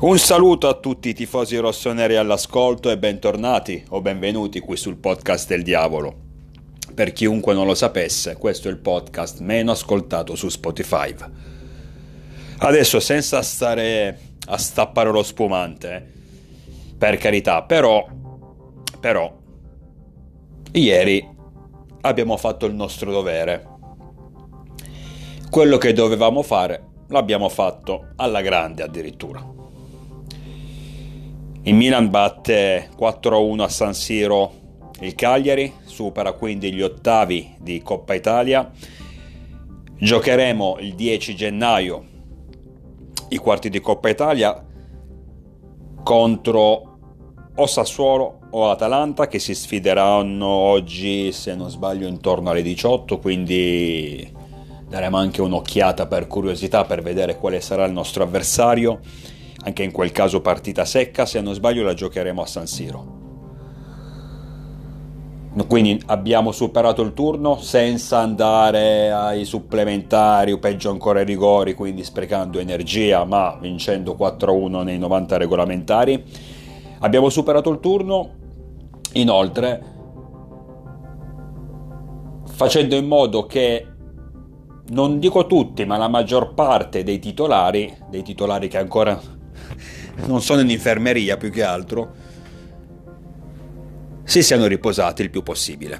Un saluto a tutti i tifosi rossoneri all'ascolto e bentornati o benvenuti qui sul podcast del diavolo. Per chiunque non lo sapesse, questo è il podcast meno ascoltato su Spotify. Adesso, senza stare a stappare lo spumante, per carità, però ieri abbiamo fatto il nostro dovere. Quello che dovevamo fare l'abbiamo fatto alla grande addirittura. Il Milan batte 4-1 a San Siro il Cagliari, supera quindi gli ottavi di Coppa Italia. Giocheremo il 10 gennaio i quarti di Coppa Italia contro o Sassuolo o Atalanta, che si sfideranno oggi, se non sbaglio, intorno alle 18, quindi daremo anche un'occhiata per curiosità per vedere quale sarà il nostro avversario. Anche in quel caso partita secca, se non sbaglio la giocheremo a San Siro. Quindi abbiamo superato il turno senza andare ai supplementari o peggio ancora ai rigori, quindi sprecando energia, ma vincendo 4-1 nei 90 regolamentari. Abbiamo superato il turno, inoltre, facendo in modo che, non dico tutti, ma la maggior parte dei titolari che ancora non sono in infermeria più che altro, si siano riposati il più possibile.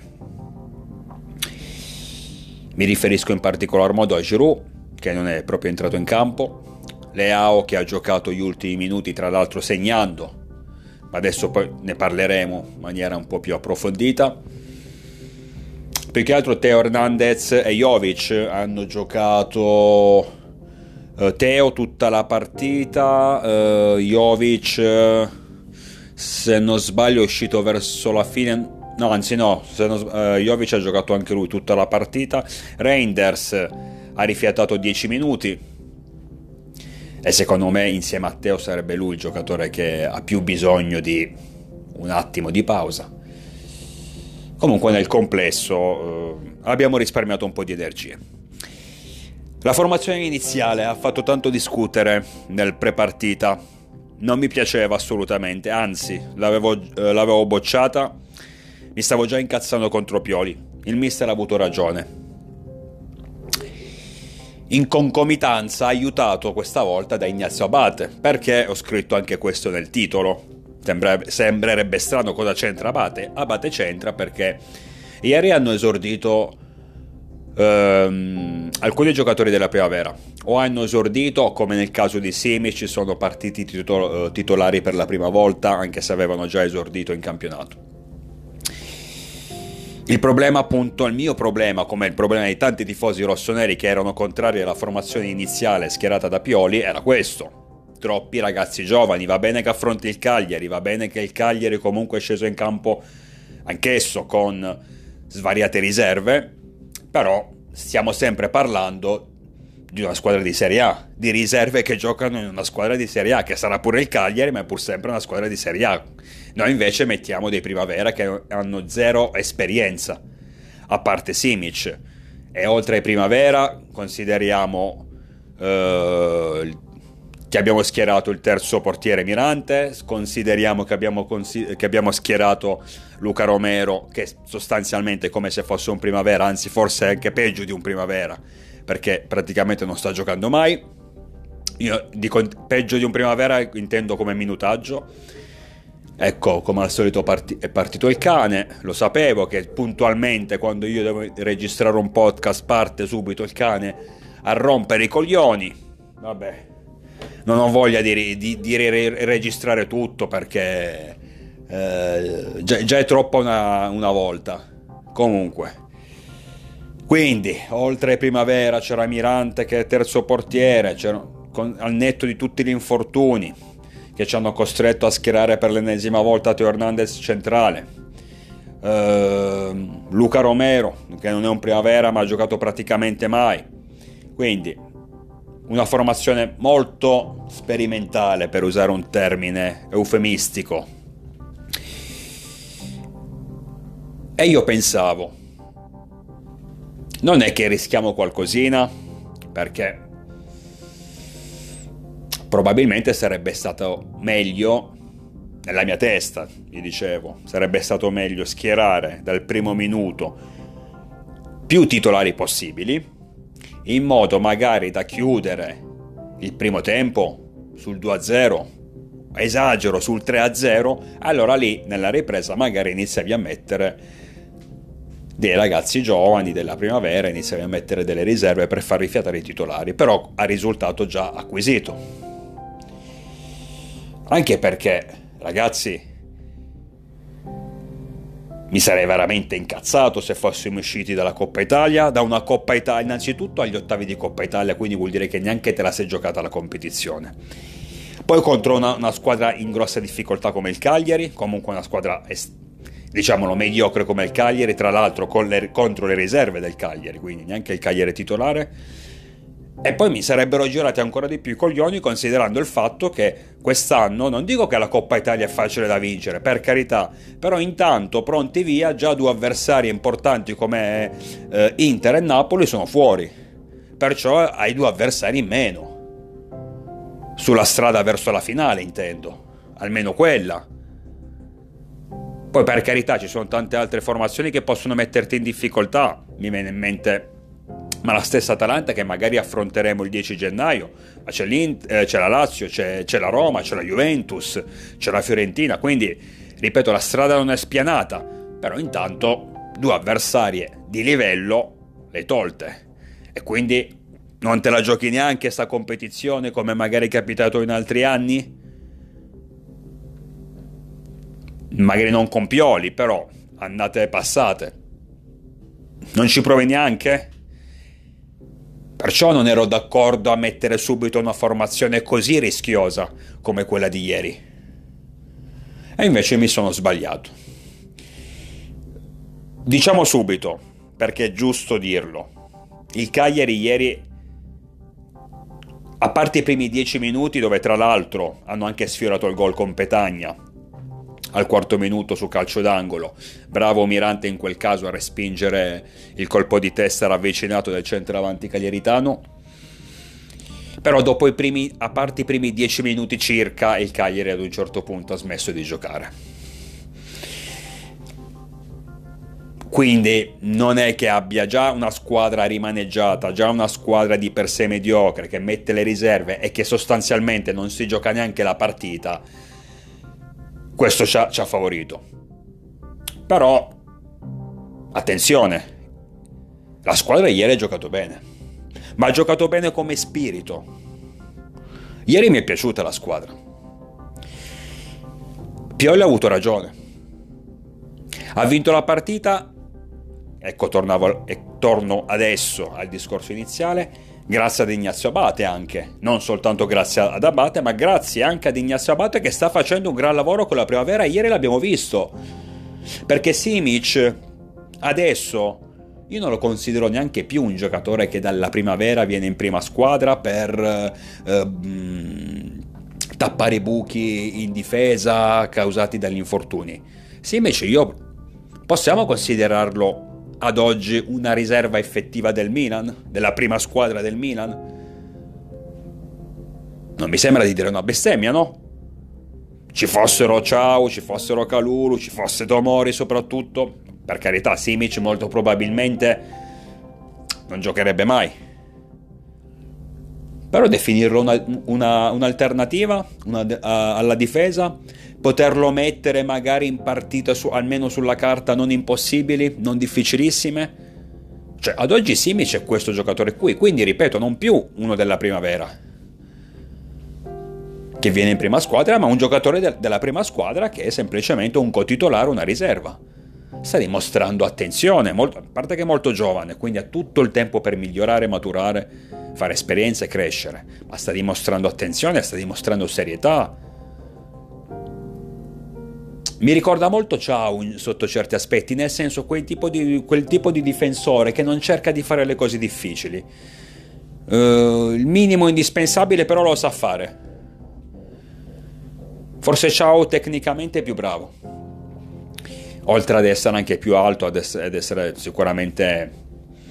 Mi riferisco in particolar modo a Giroud, che non è proprio entrato in campo, Leao, che ha giocato gli ultimi minuti, tra l'altro segnando, ma adesso poi ne parleremo in maniera un po' più approfondita. Più che altro Theo Hernandez e Jovic hanno giocato. Theo tutta la partita, Jovic, se non sbaglio, è uscito verso la fine. Jovic ha giocato anche lui tutta la partita. Reinders ha rifiatato 10 minuti e secondo me insieme a Theo sarebbe lui il giocatore che ha più bisogno di un attimo di pausa. Comunque nel complesso abbiamo risparmiato un po' di energie. La formazione iniziale ha fatto tanto discutere nel pre-partita, non mi piaceva assolutamente, anzi l'avevo bocciata, mi stavo già incazzando contro Pioli, il mister ha avuto ragione. In concomitanza aiutato questa volta da Ignazio Abate, perché ho scritto anche questo nel titolo. Sembrerebbe strano cosa c'entra Abate. Abate c'entra perché ieri hanno esordito alcuni giocatori della primavera, o hanno esordito, come nel caso di Simic, sono partiti titolari per la prima volta, anche se avevano già esordito in campionato. Il problema, appunto, il mio problema, come il problema di tanti tifosi rossoneri che erano contrari alla formazione iniziale schierata da Pioli, era questo: troppi ragazzi giovani. Va bene che affronti il Cagliari, va bene che il Cagliari comunque è sceso in campo anch'esso con svariate riserve, però stiamo sempre parlando di una squadra di Serie A, di riserve che giocano in una squadra di Serie A, che sarà pure il Cagliari, ma è pur sempre una squadra di Serie A. Noi invece mettiamo dei primavera che hanno zero esperienza, a parte Simic, e oltre ai primavera consideriamo che abbiamo schierato il terzo portiere Mirante, consideriamo che abbiamo schierato Luca Romero, che sostanzialmente è come se fosse un primavera, anzi forse anche peggio di un primavera, perché praticamente non sta giocando mai. Io dico peggio di un primavera, intendo come minutaggio. Ecco, come al solito è partito il cane. Lo sapevo che puntualmente quando io devo registrare un podcast parte subito il cane a rompere i coglioni. Vabbè, non ho voglia di registrare tutto perché già è troppo una volta. Comunque, quindi oltre primavera c'era Mirante che è terzo portiere, al netto di tutti gli infortuni che ci hanno costretto a schierare per l'ennesima volta Theo Hernandez centrale, Luca Romero che non è un primavera ma ha giocato praticamente mai, quindi una formazione molto sperimentale, per usare un termine eufemistico. E io pensavo, non è che rischiamo qualcosina? Perché probabilmente sarebbe stato meglio, nella mia testa, vi dicevo, sarebbe stato meglio schierare dal primo minuto più titolari possibili, in modo magari da chiudere il primo tempo sul 2-0, esagero sul 3-0, allora lì nella ripresa magari iniziavi a mettere dei ragazzi giovani della primavera, iniziavi a mettere delle riserve per far rifiatare i titolari, però a risultato già acquisito. Anche perché, ragazzi, mi sarei veramente incazzato se fossimo usciti dalla Coppa Italia, da una Coppa Italia, innanzitutto agli ottavi di Coppa Italia, quindi vuol dire che neanche te la sei giocata la competizione. Poi contro una squadra in grossa difficoltà come il Cagliari, comunque una squadra, diciamolo, mediocre come il Cagliari, tra l'altro contro le riserve del Cagliari, quindi neanche il Cagliari titolare. E poi mi sarebbero girati ancora di più i coglioni, considerando il fatto che quest'anno, non dico che la Coppa Italia è facile da vincere, per carità, però intanto pronti via, già due avversari importanti come Inter e Napoli sono fuori, perciò hai due avversari in meno sulla strada verso la finale, intendo, almeno quella. Poi per carità ci sono tante altre formazioni che possono metterti in difficoltà, mi viene in mente ma la stessa Atalanta che magari affronteremo il 10 gennaio, ma c'è la Lazio, c'è la Roma, c'è la Juventus, c'è la Fiorentina, quindi ripeto, la strada non è spianata, però intanto due avversarie di livello le tolte, e quindi non te la giochi neanche sta competizione come magari è capitato in altri anni, magari non con Pioli, però annate passate, non ci provi neanche? Perciò non ero d'accordo a mettere subito una formazione così rischiosa come quella di ieri. E invece mi sono sbagliato. Diciamo subito, perché è giusto dirlo, il Cagliari ieri, a parte i primi 10 minuti dove tra l'altro hanno anche sfiorato il gol con Petagna, al quarto minuto su calcio d'angolo, bravo Mirante in quel caso a respingere il colpo di testa ravvicinato del centravanti cagliaritano, però dopo a parte i primi 10 minuti circa il Cagliari ad un certo punto ha smesso di giocare, quindi non è che abbia già una squadra rimaneggiata, già una squadra di per sé mediocre che mette le riserve e che sostanzialmente non si gioca neanche la partita. Questo ci ha favorito. Però, attenzione, la squadra ieri ha giocato bene, ma ha giocato bene come spirito. Ieri mi è piaciuta la squadra. Pioli ha avuto ragione. Ha vinto la partita, ecco torno adesso al discorso iniziale, grazie ad Ignazio Abate anche, non soltanto grazie ad Abate, ma grazie anche ad Ignazio Abate che sta facendo un gran lavoro con la primavera, ieri l'abbiamo visto, perché Simic adesso io non lo considero neanche più un giocatore che dalla primavera viene in prima squadra per tappare i buchi in difesa causati dagli infortuni. Simic possiamo considerarlo ad oggi una riserva effettiva del Milan, della prima squadra del Milan? Non mi sembra di dire una bestemmia, no? Ci fossero Ciao, ci fossero Kalulu, ci fosse Tomori soprattutto, per carità Simic molto probabilmente non giocherebbe mai, però definirlo un'alternativa alla difesa, poterlo mettere magari in partita almeno sulla carta non impossibili, non difficilissime, cioè ad oggi Simic è questo giocatore qui, quindi ripeto, non più uno della primavera che viene in prima squadra, ma un giocatore della prima squadra che è semplicemente un cotitolare, una riserva. Sta dimostrando attenzione, a parte che è molto giovane, quindi ha tutto il tempo per migliorare, maturare, fare esperienza e crescere, ma sta dimostrando attenzione, sta dimostrando serietà. Mi ricorda molto Ciao sotto certi aspetti, nel senso quel tipo di difensore che non cerca di fare le cose difficili. Il minimo indispensabile però lo sa fare. Forse Ciao tecnicamente è più bravo, oltre ad essere anche più alto ed essere sicuramente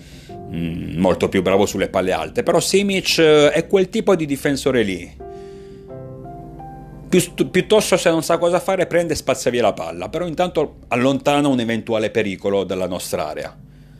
molto più bravo sulle palle alte, però Simic è quel tipo di difensore lì Piuttosto, se non sa cosa fare, prende e spazza via la palla, però intanto allontana un eventuale pericolo dalla nostra area.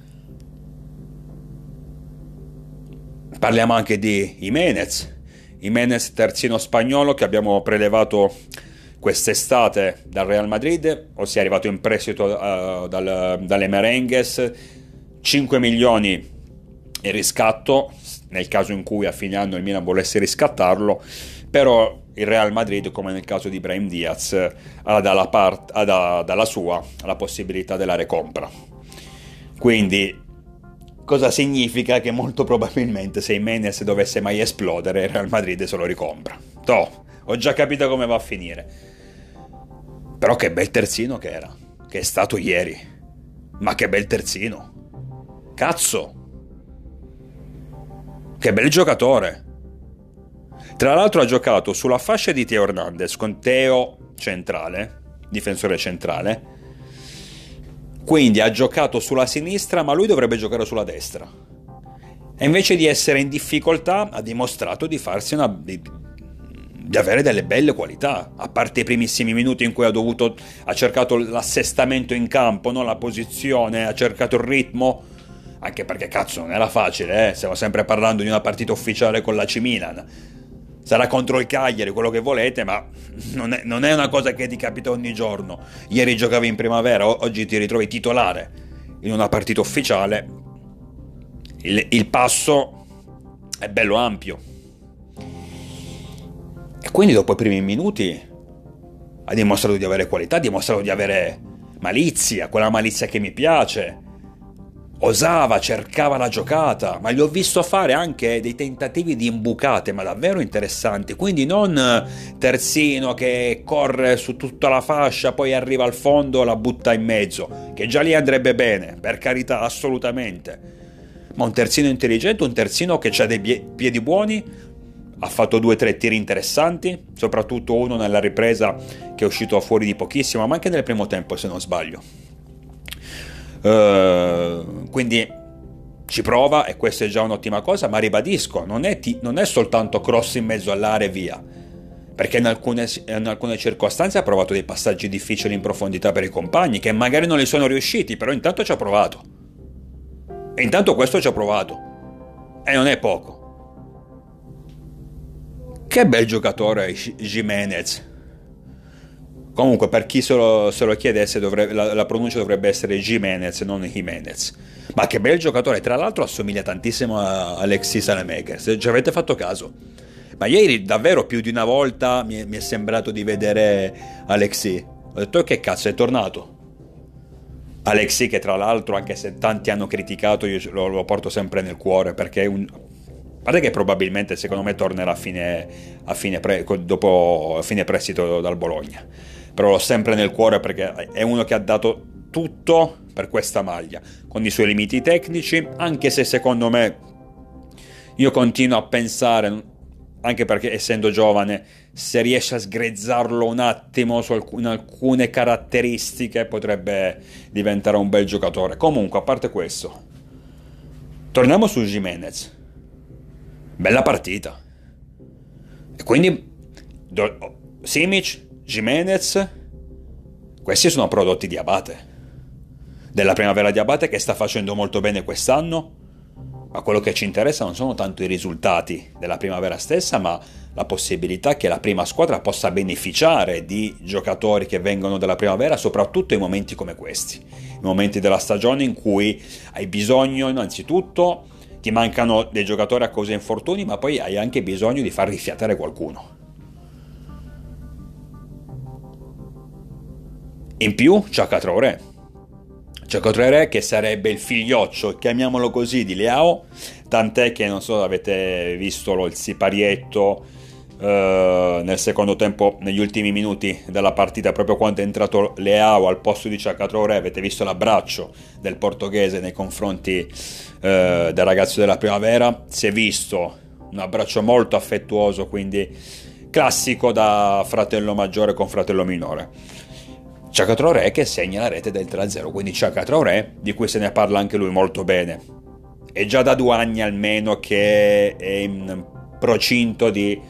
Parliamo anche di Jimenez, terzino spagnolo che abbiamo prelevato quest'estate dal Real Madrid, ossia è arrivato in prestito dalle Merengues, 5 milioni il riscatto, nel caso in cui a fine anno il Milan volesse riscattarlo, però il Real Madrid, come nel caso di Brahim Diaz, ha dalla sua la possibilità della recompra. Quindi cosa significa? Che molto probabilmente se Jimenez dovesse mai esplodere, il Real Madrid se lo ricompra. Ho già capito come va a finire. Però che bel terzino che era, che è stato ieri. Ma che bel terzino. Cazzo. Che bel giocatore. Tra l'altro ha giocato sulla fascia di Teo Hernandez, con Teo centrale, difensore centrale. Quindi ha giocato sulla sinistra, ma lui dovrebbe giocare sulla destra. E invece di essere in difficoltà, ha dimostrato di farsi di avere delle belle qualità. A parte i primissimi minuti in cui ha cercato l'assestamento in campo, no? La posizione, ha cercato il ritmo. Anche perché cazzo non era facile, stiamo sempre parlando di una partita ufficiale con l'AC Milan. Sarà contro il Cagliari, quello che volete, ma non è una cosa che ti capita ogni giorno. Ieri giocavi in primavera, oggi ti ritrovi titolare in una partita ufficiale. Il passo è bello ampio. E quindi dopo i primi minuti ha dimostrato di avere qualità, ha dimostrato di avere malizia, quella malizia che mi piace. Osava, cercava la giocata, ma gli ho visto fare anche dei tentativi di imbucate, ma davvero interessanti. Quindi non terzino che corre su tutta la fascia, poi arriva al fondo e la butta in mezzo, che già lì andrebbe bene, per carità, assolutamente. Ma un terzino intelligente, un terzino che ha dei piedi buoni, ha fatto 2-3 tiri interessanti, soprattutto uno nella ripresa che è uscito fuori di pochissimo, ma anche nel primo tempo se non sbaglio. Quindi ci prova e questa è già un'ottima cosa, ma ribadisco, non è soltanto cross in mezzo all'area e via, perché in alcune circostanze ha provato dei passaggi difficili in profondità per i compagni che magari non li sono riusciti, però intanto ci ha provato, e intanto questo ci ha provato, e non è poco. Che bel giocatore Jimenez. Comunque, per chi se lo chiedesse, la pronuncia dovrebbe essere Jimenez, non Jimenez. Ma che bel giocatore, tra l'altro assomiglia tantissimo a Alexis Saelemaekers, se ci avete fatto caso. Ma ieri davvero più di una volta mi è sembrato di vedere Alexis. Ho detto, che cazzo, è tornato? Alexis, che tra l'altro, anche se tanti hanno criticato, io lo porto sempre nel cuore, perché guarda che probabilmente secondo me tornerà dopo fine prestito dal Bologna, però l'ho sempre nel cuore perché è uno che ha dato tutto per questa maglia, con i suoi limiti tecnici, anche se secondo me io continuo a pensare, anche perché essendo giovane, se riesce a sgrezzarlo un attimo in alcune caratteristiche potrebbe diventare un bel giocatore. Comunque, a parte questo, torniamo su Jimenez. Bella partita. E quindi Simic, Jimenez, questi sono prodotti di Abate, della primavera di Abate, che sta facendo molto bene quest'anno. Ma quello che ci interessa non sono tanto i risultati della primavera stessa, ma la possibilità che la prima squadra possa beneficiare di giocatori che vengono dalla primavera, soprattutto in momenti come questi, in momenti della stagione in cui hai bisogno innanzitutto, ti mancano dei giocatori a causa infortuni, ma poi hai anche bisogno di far rifiatare qualcuno. In più, Chaka Traoré, che sarebbe il figlioccio, chiamiamolo così, di Leao, tant'è che, non so se avete visto il siparietto nel secondo tempo, negli ultimi minuti della partita, proprio quando è entrato Leao al posto di Chaka Traoré, avete visto l'abbraccio del portoghese nei confronti del ragazzo della primavera. Si è visto un abbraccio molto affettuoso, quindi classico da fratello maggiore con fratello minore. Chaka Traoré che segna la rete del 3-0, quindi Chaka Traoré, di cui se ne parla anche lui molto bene, è già da 2 anni almeno che è in procinto di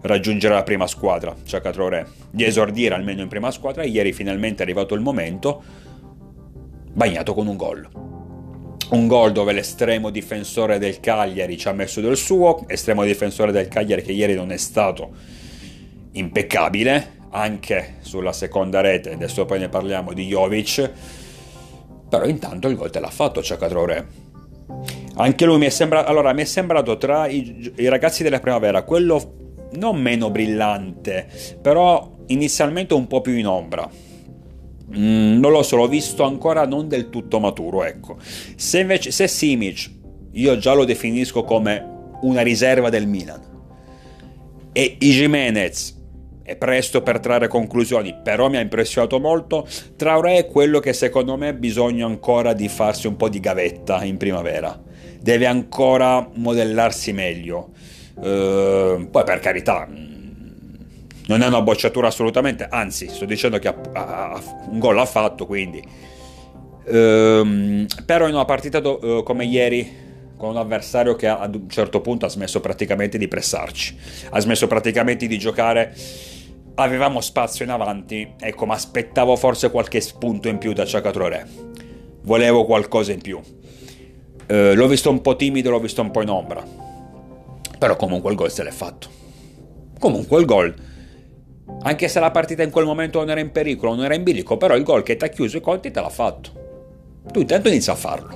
raggiungere la prima squadra, Chaka Traoré, di esordire almeno in prima squadra. Ieri finalmente è arrivato il momento, bagnato con un gol. Un gol dove l'estremo difensore del Cagliari ci ha messo del suo, estremo difensore del Cagliari che ieri non è stato impeccabile, anche sulla seconda rete, adesso poi ne parliamo, di Jovic, però intanto il gol te l'ha fatto Chaka Traoré. Anche lui mi è sembrato tra i ragazzi della primavera quello non meno brillante, però inizialmente un po' più in ombra. Non lo so, l'ho visto ancora non del tutto maturo, ecco. Se Simic, io già lo definisco come una riserva del Milan, e Jimenez è presto per trarre conclusioni, però mi ha impressionato molto. Traoré è quello che secondo me bisogna ancora di farsi un po' di gavetta in primavera, deve ancora modellarsi meglio. Poi per carità, non è una bocciatura assolutamente, anzi sto dicendo che un gol l'ha fatto, quindi però in una partita come ieri, con un avversario che ad un certo punto ha smesso praticamente di pressarci, ha smesso praticamente di giocare, avevamo spazio in avanti, ecco, ma aspettavo forse qualche spunto in più da Chaka Traoré, volevo qualcosa in più. L'ho visto un po' timido, l'ho visto un po' in ombra, però comunque il gol se l'è fatto. Comunque il gol, anche se la partita in quel momento non era in pericolo, non era in bilico, però il gol che ti ha chiuso i conti te l'ha fatto. Tu intanto inizia a farlo.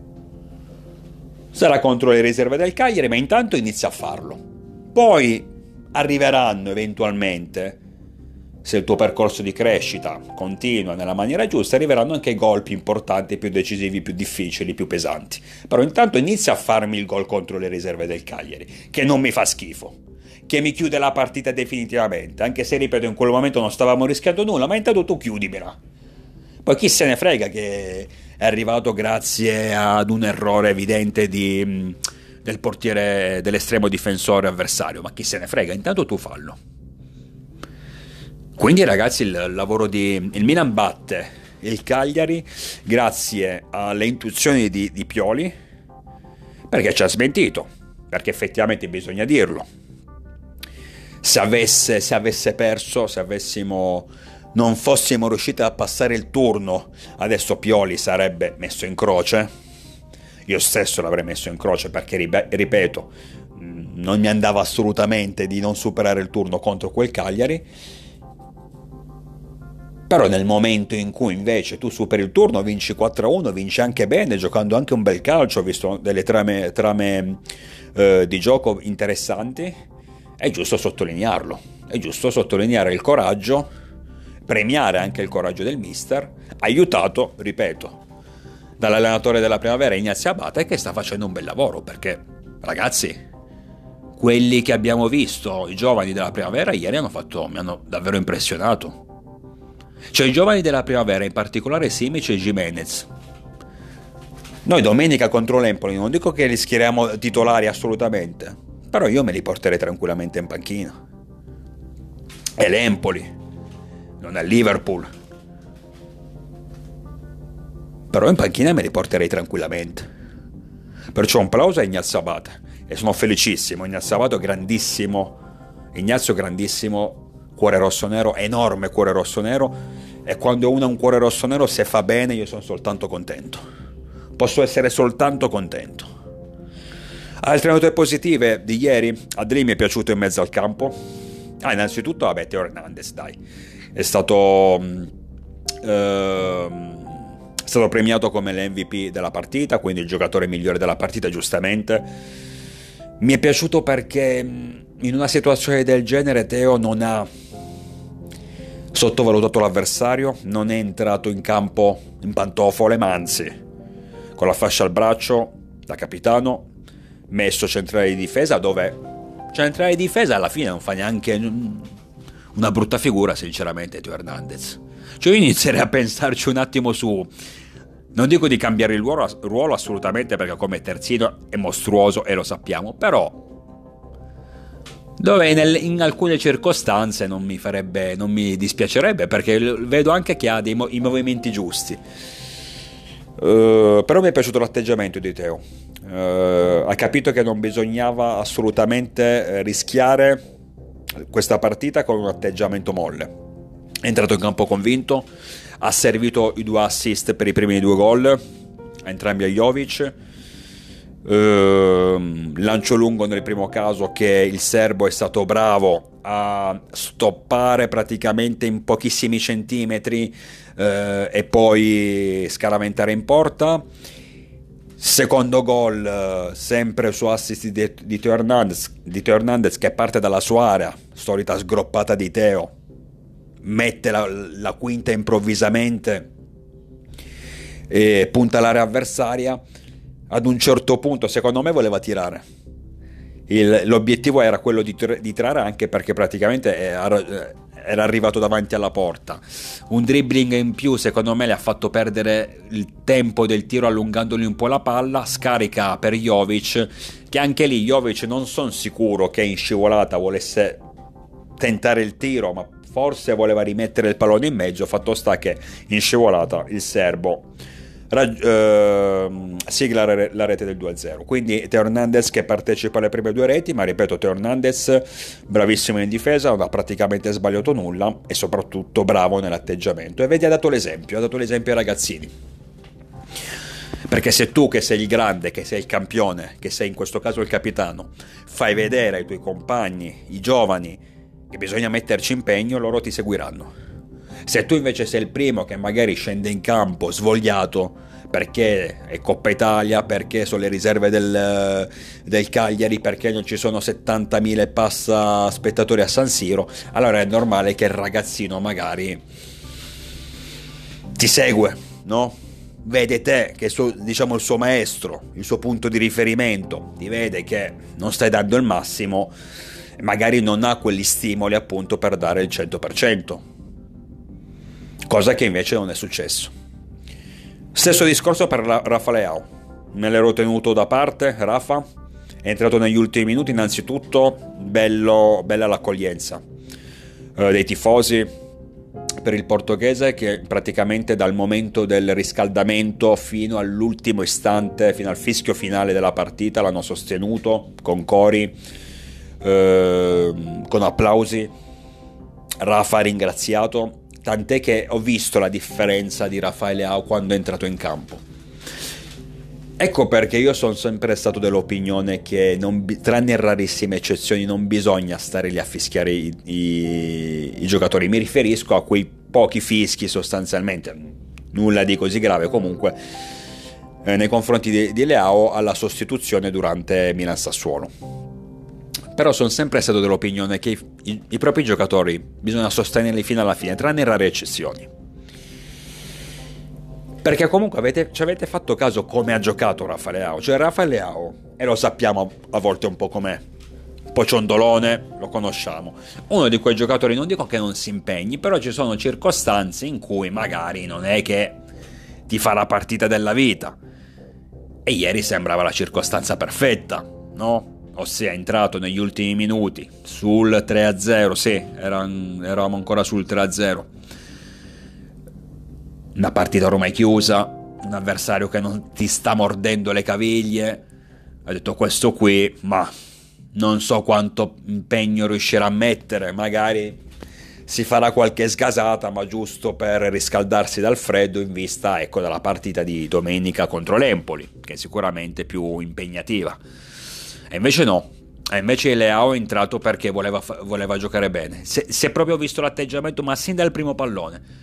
Sarà contro le riserve del Cagliari, ma intanto inizia a farlo. Poi arriveranno eventualmente, se il tuo percorso di crescita continua nella maniera giusta, arriveranno anche gol più importanti, più decisivi, più difficili, più pesanti. Però intanto inizia a farmi il gol contro le riserve del Cagliari, che non mi fa schifo, che mi chiude la partita definitivamente, anche se, ripeto, in quel momento non stavamo rischiando nulla, ma intanto tu chiudimela. Poi chi se ne frega che è arrivato grazie ad un errore evidente del portiere, dell'estremo difensore avversario, ma chi se ne frega, intanto tu fallo. Quindi ragazzi, il Milan batte il Cagliari grazie alle intuizioni di Pioli, perché ci ha smentito, perché effettivamente bisogna dirlo. Se avesse perso, se non fossimo riusciti a passare il turno, adesso Pioli sarebbe messo in croce. Io stesso l'avrei messo in croce, perché ripeto, non mi andava assolutamente di non superare il turno contro quel Cagliari. Però nel momento in cui invece tu superi il turno, vinci 4-1, vinci anche bene, giocando anche un bel calcio, ho visto delle trame di gioco interessanti, è giusto sottolinearlo, è giusto sottolineare il coraggio, premiare anche il coraggio del mister, aiutato, ripeto, dall'allenatore della primavera Ignazio Abate, che sta facendo un bel lavoro, perché ragazzi, quelli che abbiamo visto, i giovani della primavera, ieri mi hanno davvero impressionato. Cioè i giovani della primavera, in particolare Simic e Jimenez. Noi domenica contro l'Empoli, non dico che li schieriamo titolari assolutamente, però io me li porterei tranquillamente in panchina. È l'Empoli, non è Liverpool, però in panchina me li porterei tranquillamente. Perciò un plauso a Ignazio Abate, e sono felicissimo. Ignazio Abate grandissimo, cuore rossonero, enorme cuore rossonero, e quando uno ha un cuore rossonero, se fa bene, io sono soltanto contento, posso essere soltanto contento. Altre note positive di ieri: Adli mi è piaciuto in mezzo al campo. Innanzitutto Teo Hernandez, dai, è stato premiato come l'MVP della partita, quindi il giocatore migliore della partita, giustamente. Mi è piaciuto perché in una situazione del genere Teo non ha sottovalutato l'avversario, non è entrato in campo in pantofole, ma anzi con la fascia al braccio da capitano, messo centrale di difesa, dove centrale di difesa alla fine non fa neanche una brutta figura, sinceramente, Teo Hernandez. Cioè io inizierei a pensarci un attimo su, non dico di cambiare il ruolo assolutamente, perché come terzino è mostruoso e lo sappiamo, però dove in alcune circostanze non mi dispiacerebbe, perché vedo anche che ha i movimenti giusti. Però mi è piaciuto l'atteggiamento di Teo. Ha capito che non bisognava assolutamente rischiare questa partita con un atteggiamento molle. È entrato in campo convinto, ha servito i 2 assist per i primi 2 gol, entrambi a Jovic. Lancio lungo nel primo caso, che il serbo è stato bravo a stoppare praticamente in pochissimi centimetri, e poi scaraventare in porta. Secondo gol, sempre su assist di Teo Hernandez, che parte dalla sua area, solita sgroppata di Teo, mette la quinta improvvisamente e punta all'area avversaria. Ad un certo punto, secondo me, voleva tirare. L'obiettivo era quello di tirare, anche perché praticamente era arrivato davanti alla porta. Un dribbling in più, secondo me, le ha fatto perdere il tempo del tiro, allungandogli un po' la palla. Scarica per Jovic, che anche lì Jovic non sono sicuro che in scivolata volesse tentare il tiro, ma forse voleva rimettere il pallone in mezzo. Fatto sta che in scivolata il serbo sigla la rete del 2-0. Quindi Teo Hernandez che partecipa alle prime 2 reti, ma ripeto, Teo Hernandez bravissimo in difesa, non ha praticamente sbagliato nulla e soprattutto bravo nell'atteggiamento. E vedi, ha dato l'esempio ai ragazzini. Perché se tu, che sei il grande, che sei il campione, che sei in questo caso il capitano, fai vedere ai tuoi compagni, i giovani, che bisogna metterci impegno, loro ti seguiranno. Se tu invece sei il primo che magari scende in campo svogliato perché è Coppa Italia, perché sono le riserve del Cagliari, perché non ci sono 70.000 e passa spettatori a San Siro, allora è normale che il ragazzino magari ti segue, no? Vede te che diciamo il suo maestro, il suo punto di riferimento, ti vede che non stai dando il massimo, magari non ha quegli stimoli appunto per dare il 100%. Cosa che invece non è successo. Stesso discorso per Rafa Leao. Me l'ero tenuto da parte. Rafa è entrato negli ultimi minuti. Innanzitutto bella l'accoglienza dei tifosi per il portoghese, che praticamente dal momento del riscaldamento fino all'ultimo istante, fino al fischio finale della partita, l'hanno sostenuto con cori, con applausi. Rafa ha ringraziato, tant'è che ho visto la differenza di Rafael Leao quando è entrato in campo. Ecco perché io sono sempre stato dell'opinione che, tranne rarissime eccezioni, non bisogna stare lì a fischiare i giocatori. Mi riferisco a quei pochi fischi, sostanzialmente, nulla di così grave comunque, nei confronti di Leao alla sostituzione durante Milan-Sassuolo. Però sono sempre stato dell'opinione che i propri giocatori bisogna sostenerli fino alla fine, tranne rare eccezioni. Perché comunque ci avete fatto caso come ha giocato Rafa Leao? Cioè Rafa Leao, e lo sappiamo a volte un po' com'è, un po' ciondolone, lo conosciamo. Uno di quei giocatori, non dico che non si impegni, però ci sono circostanze in cui magari non è che ti fa la partita della vita. E ieri sembrava la circostanza perfetta, no? Ossia è entrato negli ultimi minuti sul 3-0, sì, eravamo ancora sul 3-0. Una partita ormai chiusa, un avversario che non ti sta mordendo le caviglie. Ha detto questo qui, ma non so quanto impegno riuscirà a mettere, magari si farà qualche sgasata, ma giusto per riscaldarsi dal freddo in vista, ecco, della partita di domenica contro l'Empoli, che è sicuramente più impegnativa. E invece no, e invece Leao è entrato perché voleva giocare bene. Si è proprio visto l'atteggiamento, ma sin dal primo pallone.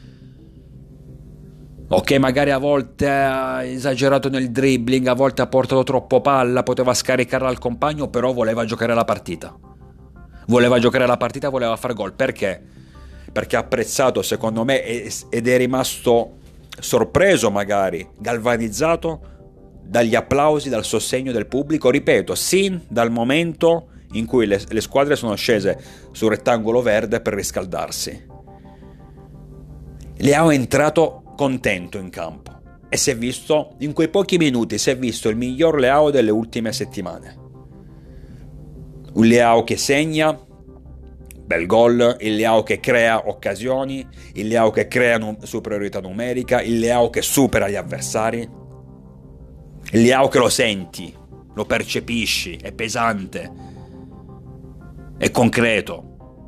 Ok, magari a volte ha esagerato nel dribbling, a volte ha portato troppo palla, poteva scaricarla al compagno, però voleva giocare la partita. Voleva far gol. Perché? Perché ha apprezzato, secondo me, ed è rimasto sorpreso, magari, galvanizzato dagli applausi, dal sostegno del pubblico, ripeto, sin dal momento in cui le squadre sono scese sul rettangolo verde per riscaldarsi. Leao è entrato contento in campo e si è visto, in quei pochi minuti, si è visto il miglior Leao delle ultime settimane. Un Leao che segna, bel gol, il Leao che crea occasioni, il Leao che crea superiorità numerica, il Leao che supera gli avversari, il Leao che lo senti, lo percepisci, è pesante, è concreto.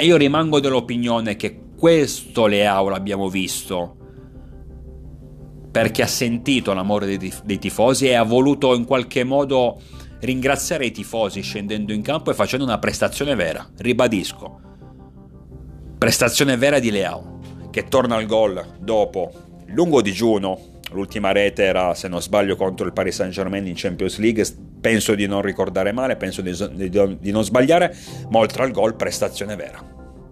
E io rimango dell'opinione che questo Leao l'abbiamo visto perché ha sentito l'amore dei tifosi e ha voluto in qualche modo ringraziare i tifosi scendendo in campo e facendo una prestazione vera, ribadisco, prestazione vera di Leao, che torna al gol dopo lungo digiuno. L'ultima rete era, se non sbaglio, contro il Paris Saint-Germain in Champions League, penso di non ricordare male, penso di non sbagliare, ma oltre al gol prestazione vera.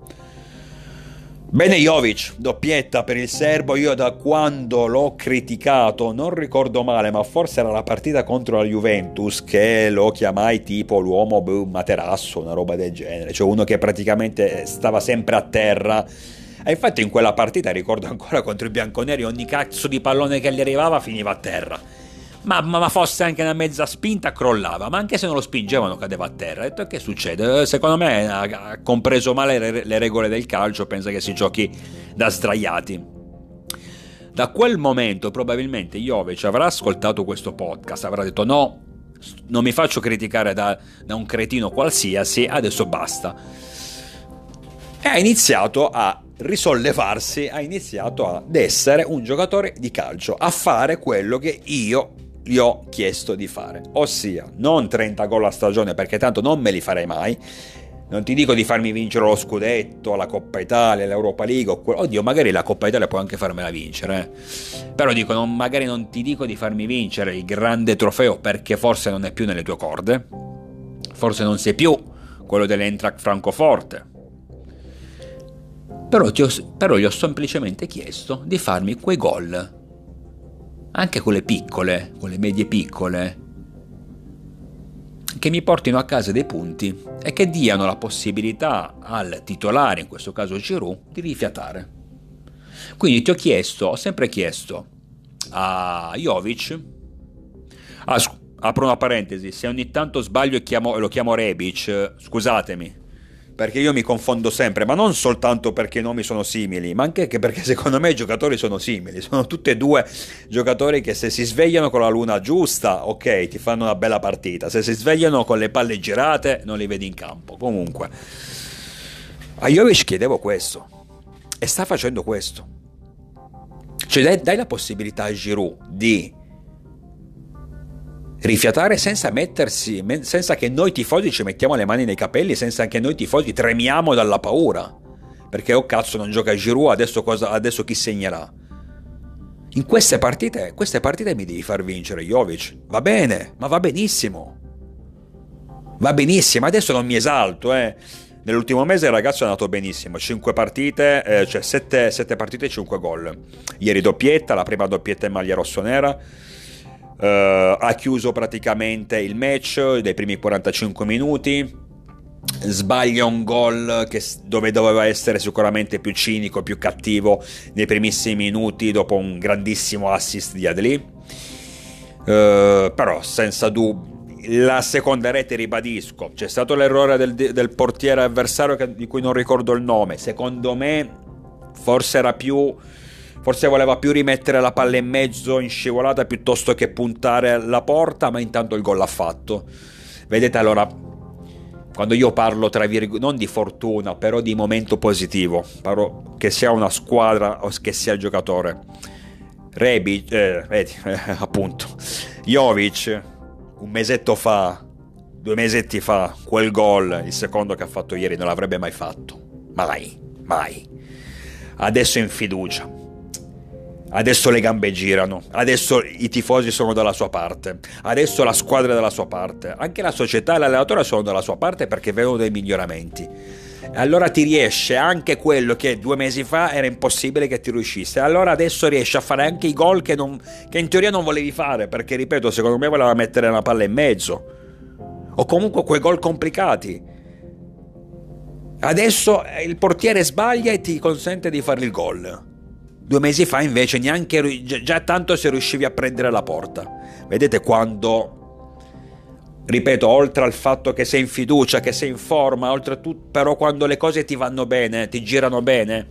Bene Jovic, doppietta per il serbo. Io da quando l'ho criticato, non ricordo male, ma forse era la partita contro la Juventus, che lo chiamai tipo l'uomo materasso, una roba del genere, cioè uno che praticamente stava sempre a terra. E infatti in quella partita, ricordo ancora, contro i bianconeri, ogni cazzo di pallone che gli arrivava finiva a terra. Ma fosse anche una mezza spinta crollava, ma anche se non lo spingevano cadeva a terra. Ho detto, che succede? Secondo me ha compreso male le regole del calcio, pensa che si giochi da sdraiati. Da quel momento probabilmente Jovic avrà ascoltato questo podcast, avrà detto no, non mi faccio criticare da un cretino qualsiasi, adesso basta. E ha iniziato a risollevarsi, ha iniziato ad essere un giocatore di calcio, a fare quello che io gli ho chiesto di fare, ossia non 30 gol a stagione, perché tanto non me li farei mai. Non ti dico di farmi vincere lo scudetto, la Coppa Italia, l'Europa League, oddio, magari la Coppa Italia puoi anche farmela vincere, però dico, magari non ti dico di farmi vincere il grande trofeo, perché forse non è più nelle tue corde, forse non sei più quello dell'Eintracht Francoforte, però gli ho semplicemente chiesto di farmi quei gol, anche quelle piccole, quelle medie piccole, che mi portino a casa dei punti e che diano la possibilità al titolare, in questo caso Giroud, di rifiatare. Quindi ho sempre chiesto a Jovic, apro una parentesi, se ogni tanto sbaglio e lo chiamo Rebic, scusatemi, perché io mi confondo sempre, ma non soltanto perché i nomi sono simili, ma anche perché secondo me i giocatori sono simili, sono tutti e due giocatori che se si svegliano con la luna giusta, ok, ti fanno una bella partita, se si svegliano con le palle girate non li vedi in campo. Comunque a Jovic chiedevo questo e sta facendo questo, cioè dai la possibilità a Giroud di rifiatare senza che noi tifosi ci mettiamo le mani nei capelli, senza che noi tifosi tremiamo dalla paura, perché oh cazzo non gioca Giroud, adesso chi segnerà? In queste partite mi devi far vincere Jovic, va bene, ma va benissimo, adesso non mi esalto, Nell'ultimo mese il ragazzo è andato benissimo, 5 partite, cioè 7 partite e 5 gol. Ieri doppietta, la prima doppietta in maglia rossonera. Ha chiuso praticamente il match dei primi 45 minuti, sbaglia un gol dove doveva essere sicuramente più cinico, più cattivo nei primissimi minuti dopo un grandissimo assist di Adli, però senza dubbio la seconda rete, ribadisco, c'è stato l'errore del portiere avversario di cui non ricordo il nome, secondo me forse voleva più rimettere la palla in mezzo in scivolata piuttosto che puntare alla porta, ma intanto il gol l'ha fatto. Vedete, allora, quando io parlo non di fortuna, però di momento positivo, parlo che sia una squadra o che sia il giocatore. Vedi, appunto, Jovic, un mesetto fa, 2 mesetti fa, quel gol, il secondo che ha fatto ieri, non l'avrebbe mai fatto. Mai. Adesso è in fiducia. Adesso le gambe girano, adesso i tifosi sono dalla sua parte, adesso la squadra è dalla sua parte, anche la società e l'allenatore sono dalla sua parte perché vedono dei miglioramenti. E allora ti riesce anche quello che 2 mesi fa era impossibile che ti riuscisse. Allora adesso riesci a fare anche i gol che in teoria non volevi fare, perché ripeto, secondo me voleva mettere una palla in mezzo. O comunque quei gol complicati. Adesso il portiere sbaglia e ti consente di fare il gol. 2 mesi fa invece neanche già tanto se riuscivi a prendere la porta. Vedete quando, ripeto, oltre al fatto che sei in fiducia, che sei in forma, oltretutto, però quando le cose ti vanno bene, ti girano bene.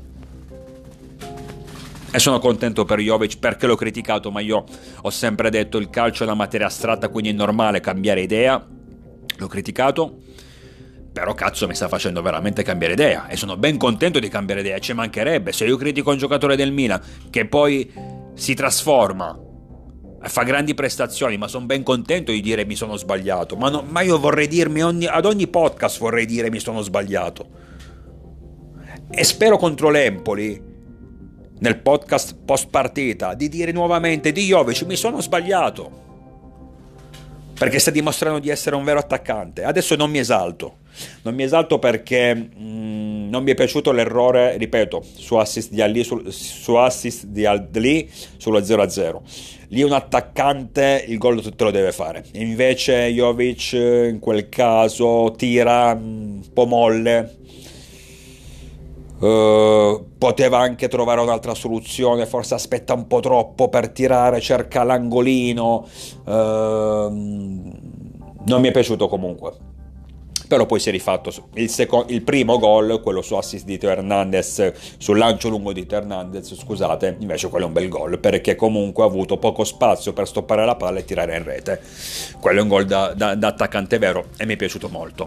E sono contento per Jovic, perché l'ho criticato, ma io ho sempre detto il calcio è una materia astratta, quindi è normale cambiare idea. L'ho criticato Però cazzo mi sta facendo veramente cambiare idea e sono ben contento di cambiare idea, ci mancherebbe. Se io critico un giocatore del Milan che poi si trasforma e fa grandi prestazioni, ma sono ben contento di dire mi sono sbagliato, ma io vorrei dirmi ad ogni podcast vorrei dire mi sono sbagliato. E spero contro l'Empoli nel podcast post partita di dire nuovamente di Jovic mi sono sbagliato, perché sta dimostrando di essere un vero attaccante. Adesso non mi esalto perché non mi è piaciuto l'errore, ripeto, su assist di Ali, su assist di Adli sullo 0-0. Lì un attaccante il gol te lo deve fare, invece Jovic in quel caso tira un po' molle. Poteva anche trovare un'altra soluzione, forse aspetta un po' troppo per tirare, cerca l'angolino. Non mi è piaciuto comunque, però poi si è rifatto il primo gol, quello su assist di Teo Hernandez, sul lancio lungo di Teo Hernandez, scusate, invece quello è un bel gol, perché comunque ha avuto poco spazio per stoppare la palla e tirare in rete. Quello è un gol da attaccante vero e mi è piaciuto molto.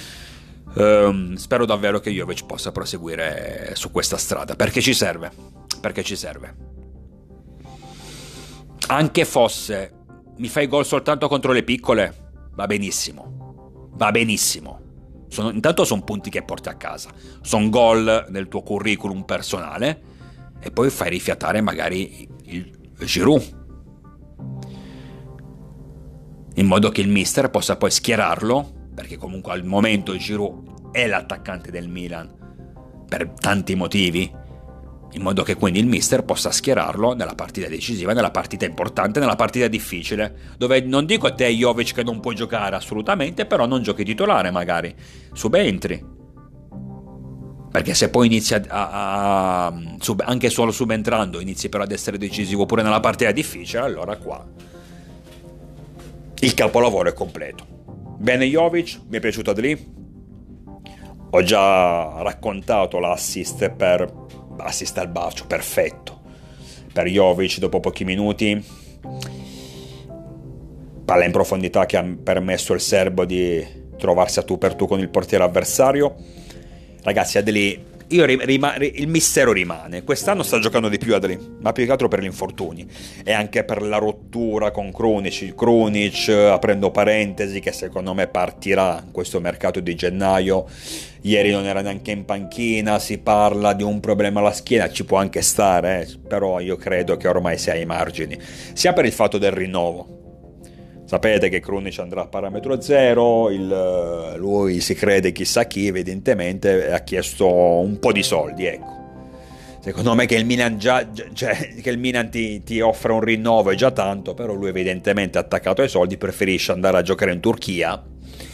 Spero davvero che Jovic possa proseguire su questa strada, perché ci serve, anche fosse mi fai gol soltanto contro le piccole, va benissimo, intanto sono punti che porti a casa, sono gol nel tuo curriculum personale e poi fai rifiatare magari il Giroud, in modo che il mister possa poi schierarlo, perché comunque al momento Giroud è l'attaccante del Milan per tanti motivi, in modo che quindi il mister possa schierarlo nella partita decisiva, nella partita importante, nella partita difficile, dove non dico a te Jovic che non puoi giocare assolutamente, però non giochi titolare magari, subentri, perché se poi inizi anche solo subentrando inizi però ad essere decisivo pure nella partita difficile, allora qua il capolavoro è completo. Bene Jovic, mi è piaciuto Adli, ho già raccontato l'assist al bacio, perfetto, per Jovic dopo pochi minuti, palla in profondità che ha permesso al serbo di trovarsi a tu per tu con il portiere avversario. Ragazzi, Adli, il mistero rimane. Quest'anno sta giocando di più Adli, ma più che altro per gli infortuni e anche per la rottura con Krunic, aprendo parentesi, che secondo me partirà in questo mercato di gennaio. Ieri non era neanche in panchina, si parla di un problema alla schiena, ci può anche stare, però io credo che ormai sia ai margini, sia per il fatto del rinnovo. Sapete che Krunic andrà a parametro zero, lui si crede chissà chi, evidentemente ha chiesto un po' di soldi, ecco. Secondo me che il Milan che il Milan ti offre un rinnovo è già tanto, però lui evidentemente attaccato ai soldi preferisce andare a giocare in Turchia,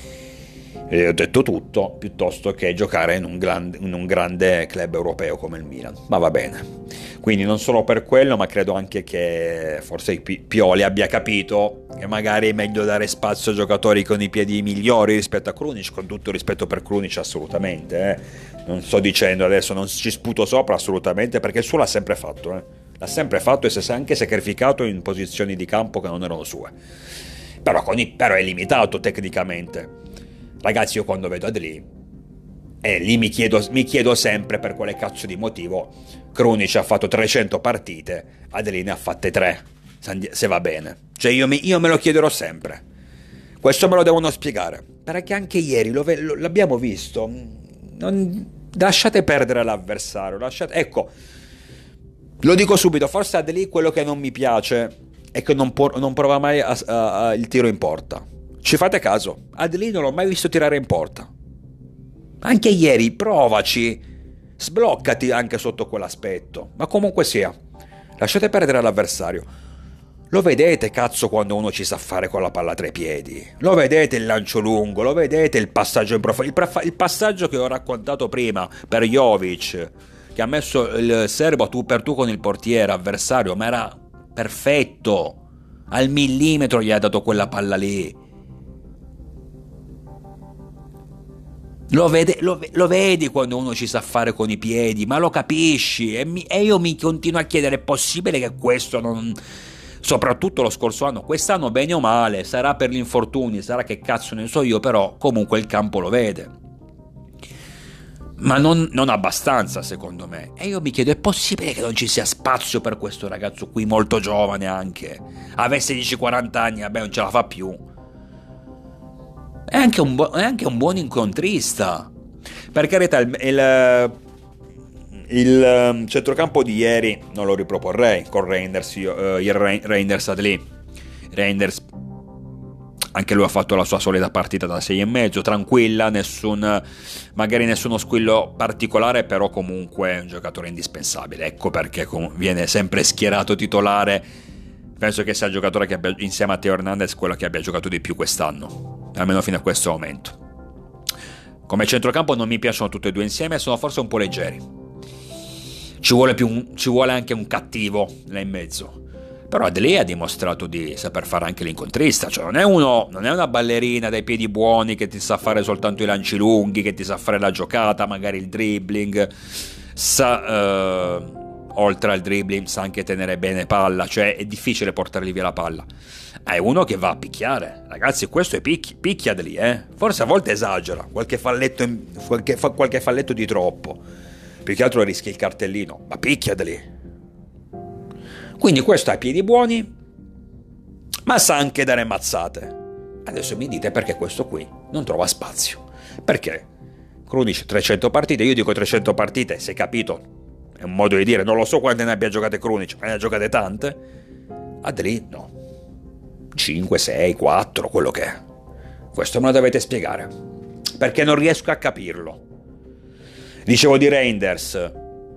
e ho detto tutto, piuttosto che giocare in un grande club europeo come il Milan. Ma va bene, quindi non solo per quello, ma credo anche che forse Pioli abbia capito che magari è meglio dare spazio a giocatori con i piedi migliori rispetto a Krunic, con tutto rispetto per Krunic assolutamente, non sto dicendo adesso, non ci sputo sopra assolutamente, perché il suo l'ha sempre fatto, l'ha sempre fatto e si è anche sacrificato in posizioni di campo che non erano sue, però è limitato tecnicamente. Ragazzi, io quando vedo Adli lì mi chiedo sempre per quale cazzo di motivo Krunic ha fatto 300 partite, Adli ne ha fatte 3, se va bene. Cioè io me lo chiederò sempre. Questo me lo devono spiegare, perché anche ieri l'abbiamo visto. Lasciate perdere l'avversario, ecco, lo dico subito, forse Adli quello che non mi piace è che non prova mai il tiro in porta. Ci fate caso? Adli non l'ho mai visto tirare in porta. Anche ieri, provaci, sbloccati anche sotto quell'aspetto. Ma comunque sia, lasciate perdere l'avversario. Lo vedete, cazzo, quando uno ci sa fare con la palla tra i piedi? Lo vedete il lancio lungo? Lo vedete il passaggio in profondità? Il passaggio che ho raccontato prima per Jovic, che ha messo il serbo a tu per tu con il portiere avversario, ma era perfetto. Al millimetro gli ha dato quella palla lì. Lo vedi quando uno ci sa fare con i piedi, ma lo capisci, e io mi continuo a chiedere: è possibile che questo non... Soprattutto lo scorso anno, quest'anno bene o male, sarà per gli infortuni, sarà che cazzo ne so io, però comunque il campo lo vede. ma non abbastanza secondo me. E io mi chiedo, è possibile che non ci sia spazio per questo ragazzo qui molto giovane anche? Avesse 10-40 anni, vabbè, non ce la fa più. È anche è anche un buon incontrista. Per carità, il centrocampo di ieri non lo riproporrei con Reinders, il Reinders Adli. Reinders anche lui ha fatto la sua solita partita da 6,5, tranquilla, magari nessuno squillo particolare, però comunque è un giocatore indispensabile. Ecco perché viene sempre schierato titolare. Penso che sia il giocatore che abbia, insieme a Teo Hernandez, quello che abbia giocato di più quest'anno, almeno fino a questo momento. Come centrocampo non mi piacciono tutti e due insieme, sono forse un po' leggeri. Ci vuole anche un cattivo là in mezzo. Però Adli ha dimostrato di saper fare anche l'incontrista, cioè non è una ballerina dai piedi buoni che ti sa fare soltanto i lanci lunghi, che ti sa fare la giocata, magari il dribbling, oltre al dribbling sa anche tenere bene palla, cioè è difficile portargli via la palla. È uno che va a picchiare, ragazzi, questo è picchia Adli, forse a volte esagera, qualche falletto di troppo, più che altro rischi il cartellino, ma picchia Adli. Quindi questo ha i piedi buoni, ma sa anche dare mazzate. Adesso mi dite perché questo qui non trova spazio. Perché? Krunic 300 partite, io dico 300 partite, si è capito? È un modo di dire, non lo so quante ne abbia giocate Krunic, ma ne ha giocate tante. Adli no. 5, 6, 4, quello che è. Questo me lo dovete spiegare. Perché non riesco a capirlo. Dicevo di Reinders.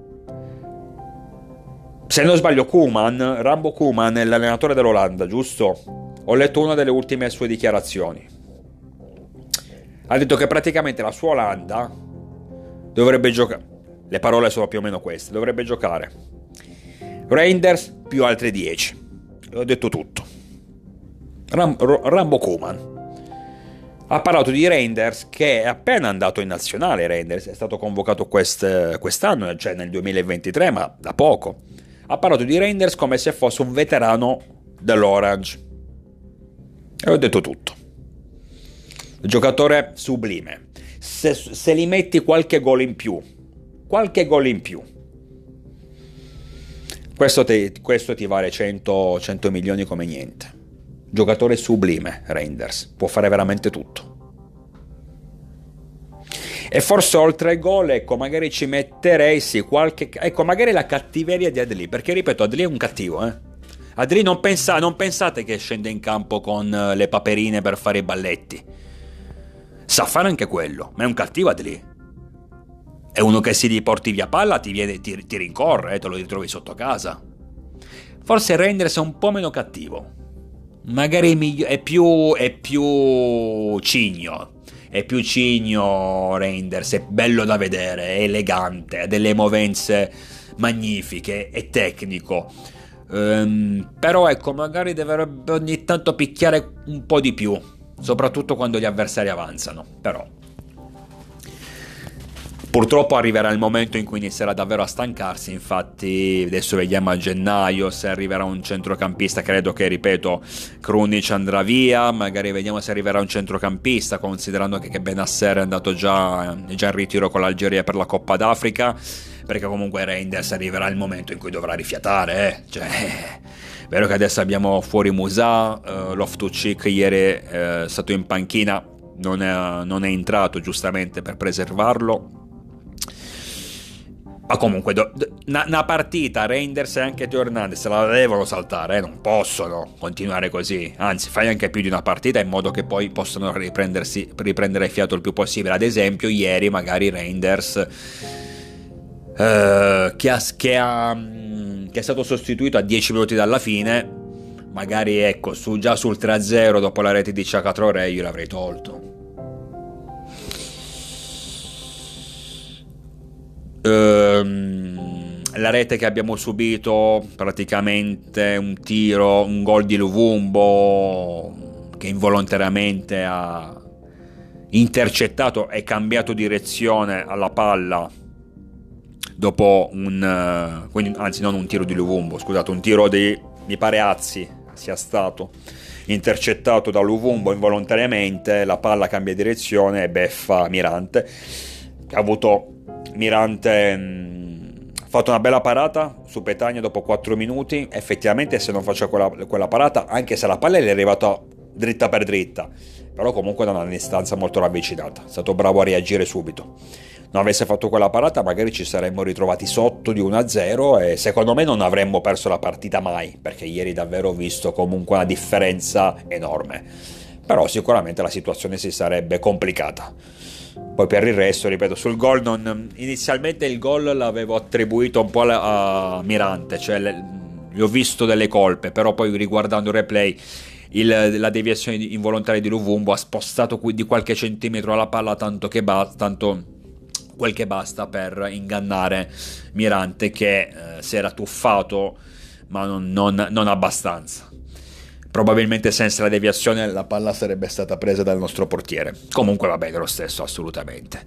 Se non sbaglio Rambo Koeman è l'allenatore dell'Olanda, giusto? Ho letto una delle ultime sue dichiarazioni. Ha detto che praticamente la sua Olanda dovrebbe giocare. Le parole sono più o meno queste. Dovrebbe giocare Reinders più altri 10. Ho detto tutto. Rambo Koeman ha parlato di Reinders, che è appena andato in nazionale. Reinders è stato convocato quest'anno, cioè nel 2023, ma da poco. Ha parlato di Reinders come se fosse un veterano dell'Orange. E ho detto tutto. Giocatore sublime. Se gli metti qualche gol in più, questo ti vale 100 milioni come niente. Giocatore sublime, Reinders. Può fare veramente tutto. E forse oltre ai gol, ecco, magari ci metterei magari la cattiveria di Adli, perché ripeto, Adli è un cattivo, Adli non pensate che scende in campo con le paperine per fare i balletti. Sa fare anche quello, ma è un cattivo Adli. È uno che se gli porti via palla ti rincorre, te lo ritrovi sotto casa. Forse Reinders è un po' meno cattivo. Magari è più cigno. È più cigno Reinders, è bello da vedere, è elegante, ha delle movenze magnifiche, è tecnico. Però ecco, magari dovrebbe ogni tanto picchiare un po' di più, soprattutto quando gli avversari avanzano. Però purtroppo arriverà il momento in cui inizierà davvero a stancarsi. Infatti adesso vediamo a gennaio se arriverà un centrocampista. Credo che, ripeto, Krunic andrà via, magari vediamo se arriverà un centrocampista, considerando che Benasser è andato già in ritiro con l'Algeria per la Coppa d'Africa, perché comunque Reinders arriverà il momento in cui dovrà rifiatare, cioè è vero che adesso abbiamo fuori Musà, Loftus-Cheek ieri è stato in panchina, non è entrato giustamente per preservarlo. Ma comunque una partita Reinders e anche Teo Hernandez la devono saltare, non possono continuare così, anzi fai anche più di una partita in modo che poi possano riprendere fiato il più possibile. Ad esempio ieri magari Reinders che è stato sostituito a 10 minuti dalla fine, magari ecco già sul 3-0 dopo la rete di Chaka Traoré io l'avrei tolto. La rete che abbiamo subito, praticamente un gol di Luvumbo che involontariamente ha intercettato e cambiato direzione alla palla dopo anzi non un tiro di Luvumbo, scusate, un tiro mi pare Azzi sia stato intercettato da Luvumbo involontariamente, la palla cambia direzione e beffa Mirante, che ha avuto Mirante ha fatto una bella parata su Petagna dopo 4 minuti. Effettivamente, se non faceva quella parata, anche se la palla gli è arrivata dritta per dritta, però comunque da una distanza molto ravvicinata, è stato bravo a reagire subito. Non avesse fatto quella parata magari ci saremmo ritrovati sotto di 1-0 e secondo me non avremmo perso la partita mai, perché ieri davvero ho visto comunque una differenza enorme, però sicuramente la situazione si sarebbe complicata. Poi per il resto, ripeto, sul gol inizialmente il gol l'avevo attribuito un po' a Mirante, cioè gli ho visto delle colpe, però poi riguardando il replay la deviazione involontaria di Luvumbo ha spostato di qualche centimetro la palla, tanto quel che basta per ingannare Mirante, che si era tuffato ma non abbastanza. Probabilmente senza la deviazione la palla sarebbe stata presa dal nostro portiere. Comunque va bene lo stesso, assolutamente.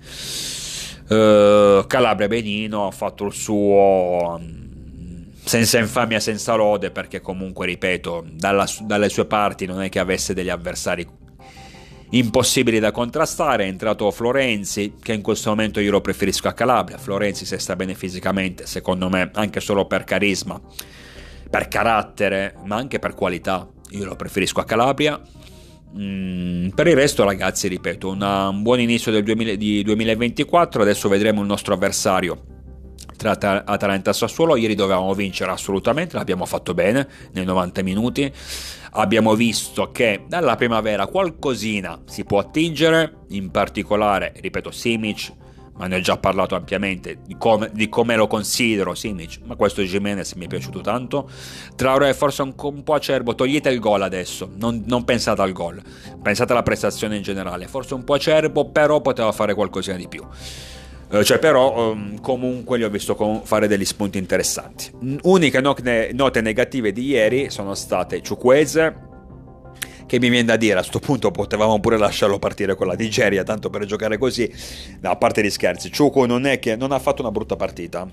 Calabria benino, ha fatto il suo senza infamia, senza lode, perché comunque, ripeto, dalle sue parti non è che avesse degli avversari impossibili da contrastare. È entrato Florenzi, che in questo momento io lo preferisco a Calabria. Florenzi, se sta bene fisicamente, secondo me, anche solo per carisma, per carattere, ma anche per qualità, io lo preferisco a Calabria. Per il resto, ragazzi, ripeto, un buon inizio di 2024. Adesso vedremo il nostro avversario tra Atalanta e Sassuolo. Ieri dovevamo vincere assolutamente, l'abbiamo fatto bene nei 90 minuti. Abbiamo visto che dalla primavera qualcosina si può attingere, in particolare, ripeto, Simic, ma ne ho già parlato ampiamente di come lo considero Simic, ma questo Gimenez mi è piaciuto tanto. Traoré forse un po' acerbo, togliete il gol adesso, non pensate al gol, pensate alla prestazione in generale, forse un po' acerbo, però poteva fare qualcosina di più. Comunque gli ho visto fare degli spunti interessanti. Uniche note negative di ieri sono state Chukwueze, che mi viene da dire, a sto punto potevamo pure lasciarlo partire con la Nigeria, tanto per giocare così. No, a parte gli scherzi, Chukwueze non è che non ha fatto una brutta partita,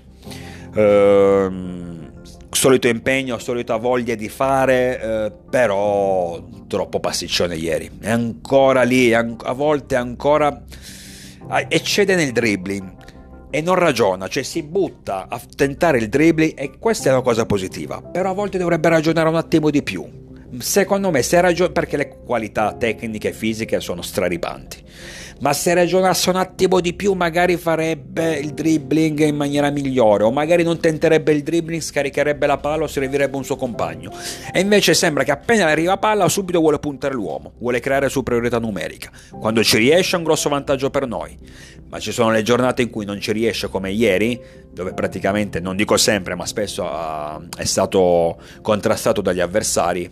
solito impegno, solita voglia di fare, però troppo pasticcione ieri, è ancora lì, a volte ancora eccede nel dribbling e non ragiona, cioè si butta a tentare il dribbling, e questa è una cosa positiva, però a volte dovrebbe ragionare un attimo di più. Secondo me, perché le qualità tecniche e fisiche sono straripanti, ma se ragionasse un attimo di più magari farebbe il dribbling in maniera migliore, o magari non tenterebbe il dribbling, scaricherebbe la palla o servirebbe un suo compagno. E invece sembra che appena arriva palla subito vuole puntare l'uomo, vuole creare superiorità numerica. Quando ci riesce è un grosso vantaggio per noi, ma ci sono le giornate in cui non ci riesce, come ieri, dove praticamente, non dico sempre, ma spesso è stato contrastato dagli avversari,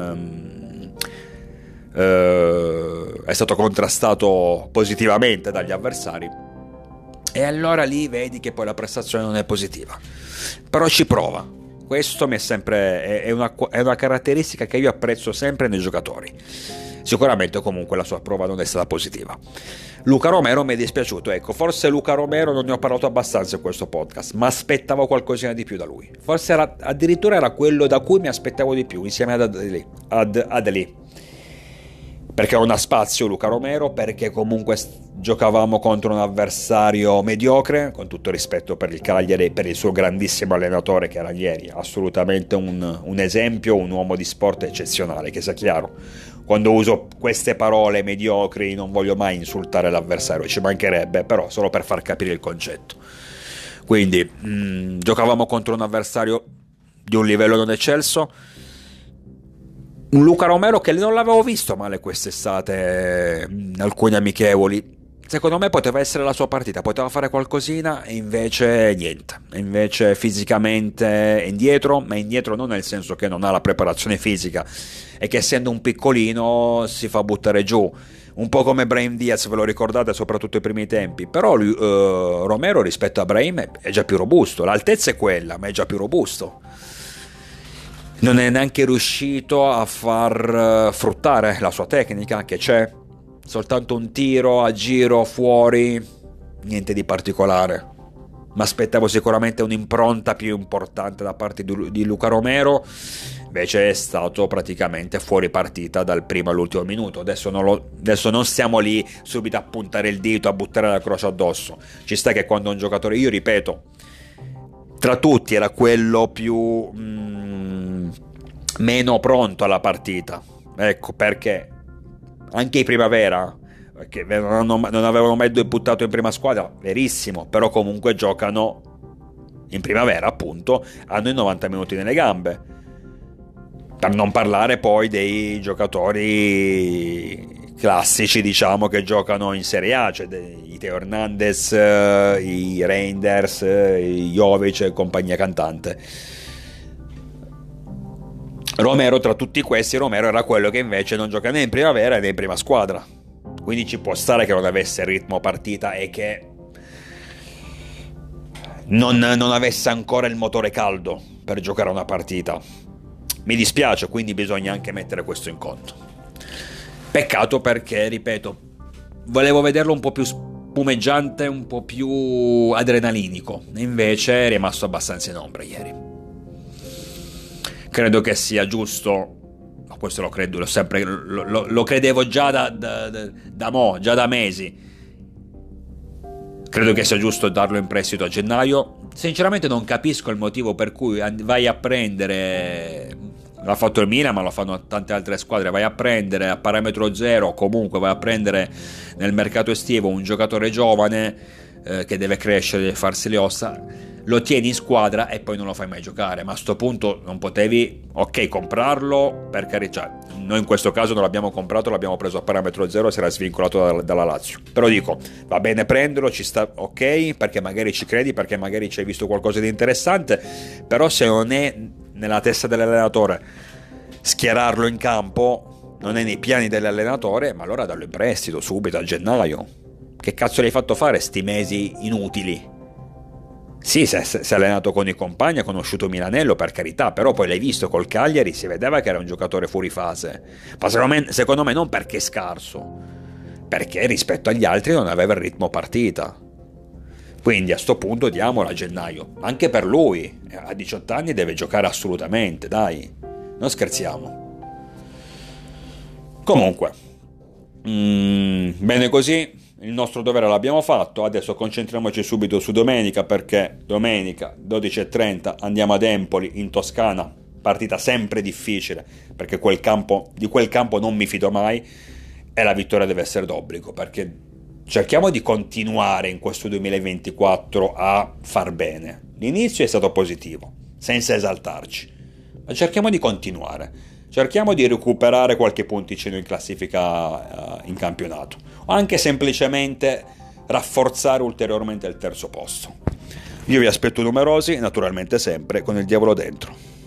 è stato contrastato positivamente dagli avversari, e allora lì vedi che poi la prestazione non è positiva, però ci prova. Questo mi è sempre è una caratteristica che io apprezzo sempre nei giocatori. Sicuramente comunque la sua prova non è stata positiva. Luca Romero mi è dispiaciuto, ecco, forse Luca Romero non ne ho parlato abbastanza in questo podcast, ma aspettavo qualcosina di più da lui. Forse addirittura era quello da cui mi aspettavo di più, insieme ad Adli. Perché non ha spazio Luca Romero, perché comunque giocavamo contro un avversario mediocre, con tutto rispetto per il Cagliari e per il suo grandissimo allenatore che era ieri, assolutamente un esempio, un uomo di sport eccezionale, che sia chiaro. Quando uso queste parole mediocri non voglio mai insultare l'avversario, ci mancherebbe, però solo per far capire il concetto. Quindi giocavamo contro un avversario di un livello non eccelso, un Luca Romero che non l'avevo visto male quest'estate in alcuni amichevoli. Secondo me poteva essere la sua partita, poteva fare qualcosina, e invece niente. E invece fisicamente è indietro, ma indietro non nel senso che non ha la preparazione fisica, e che essendo un piccolino si fa buttare giù, un po' come Brahim Diaz, ve lo ricordate, soprattutto ai primi tempi. Però Romero rispetto a Brahim è già più robusto, l'altezza è quella, ma è già più robusto. Non è neanche riuscito a far fruttare la sua tecnica, che c'è, soltanto un tiro a giro fuori, niente di particolare, mi aspettavo sicuramente un'impronta più importante da parte di Luca Romero, invece è stato praticamente fuori partita dal primo all'ultimo minuto. Adesso non stiamo lì subito a puntare il dito, a buttare la croce addosso. Ci sta che quando un giocatore, io ripeto, tra tutti era quello più meno pronto alla partita, ecco perché anche i Primavera, che non avevano mai debuttato in prima squadra, verissimo, però comunque giocano in Primavera, appunto, hanno i 90 minuti nelle gambe, per non parlare poi dei giocatori classici, diciamo, che giocano in Serie A, cioè i Teo Hernandez, i Reinders, i Jovic e compagnia cantante. Romero, tra tutti questi, Romero era quello che invece non gioca né in Primavera né in prima squadra, quindi ci può stare che non avesse ritmo partita e che non avesse ancora il motore caldo per giocare una partita. Mi dispiace, quindi bisogna anche mettere questo in conto. Peccato perché, ripeto, volevo vederlo un po' più spumeggiante, un po' più adrenalinico, e invece è rimasto abbastanza in ombra ieri. Credo che sia giusto, ma questo lo credo, lo credevo già già da mesi. Credo che sia giusto darlo in prestito a gennaio. Sinceramente non capisco il motivo per cui vai a prendere, l'ha fatto il Milan ma lo fanno tante altre squadre, vai a prendere a parametro zero, comunque vai a prendere nel mercato estivo un giocatore giovane che deve crescere, deve farsi le ossa, lo tieni in squadra e poi non lo fai mai giocare. Ma a sto punto non potevi, ok, comprarlo, per carità, noi in questo caso non l'abbiamo comprato, l'abbiamo preso a parametro zero, si era svincolato dalla Lazio, però dico, va bene prenderlo, ci sta, ok, perché magari ci credi, perché magari ci hai visto qualcosa di interessante, però se non è nella testa dell'allenatore schierarlo in campo, non è nei piani dell'allenatore, ma allora dallo in prestito subito a gennaio. Che cazzo l'hai fatto fare sti mesi inutili? Sì, si è allenato con i compagni, ha conosciuto Milanello, per carità, però poi l'hai visto col Cagliari, si vedeva che era un giocatore fuori fase. Ma secondo me non perché è scarso, perché rispetto agli altri non aveva il ritmo partita. Quindi a sto punto diamolo a gennaio, anche per lui, a 18 anni deve giocare assolutamente, dai, non scherziamo. Comunque, bene così. Il nostro dovere l'abbiamo fatto, adesso concentriamoci subito su domenica, perché domenica 12:30 andiamo ad Empoli in Toscana, partita sempre difficile perché di quel campo non mi fido mai e la vittoria deve essere d'obbligo, perché cerchiamo di continuare in questo 2024 a far bene. L'inizio è stato positivo, senza esaltarci, ma cerchiamo di continuare. Cerchiamo di recuperare qualche punticino in classifica in campionato, o anche semplicemente rafforzare ulteriormente il terzo posto. Io vi aspetto numerosi, naturalmente sempre con il diavolo dentro.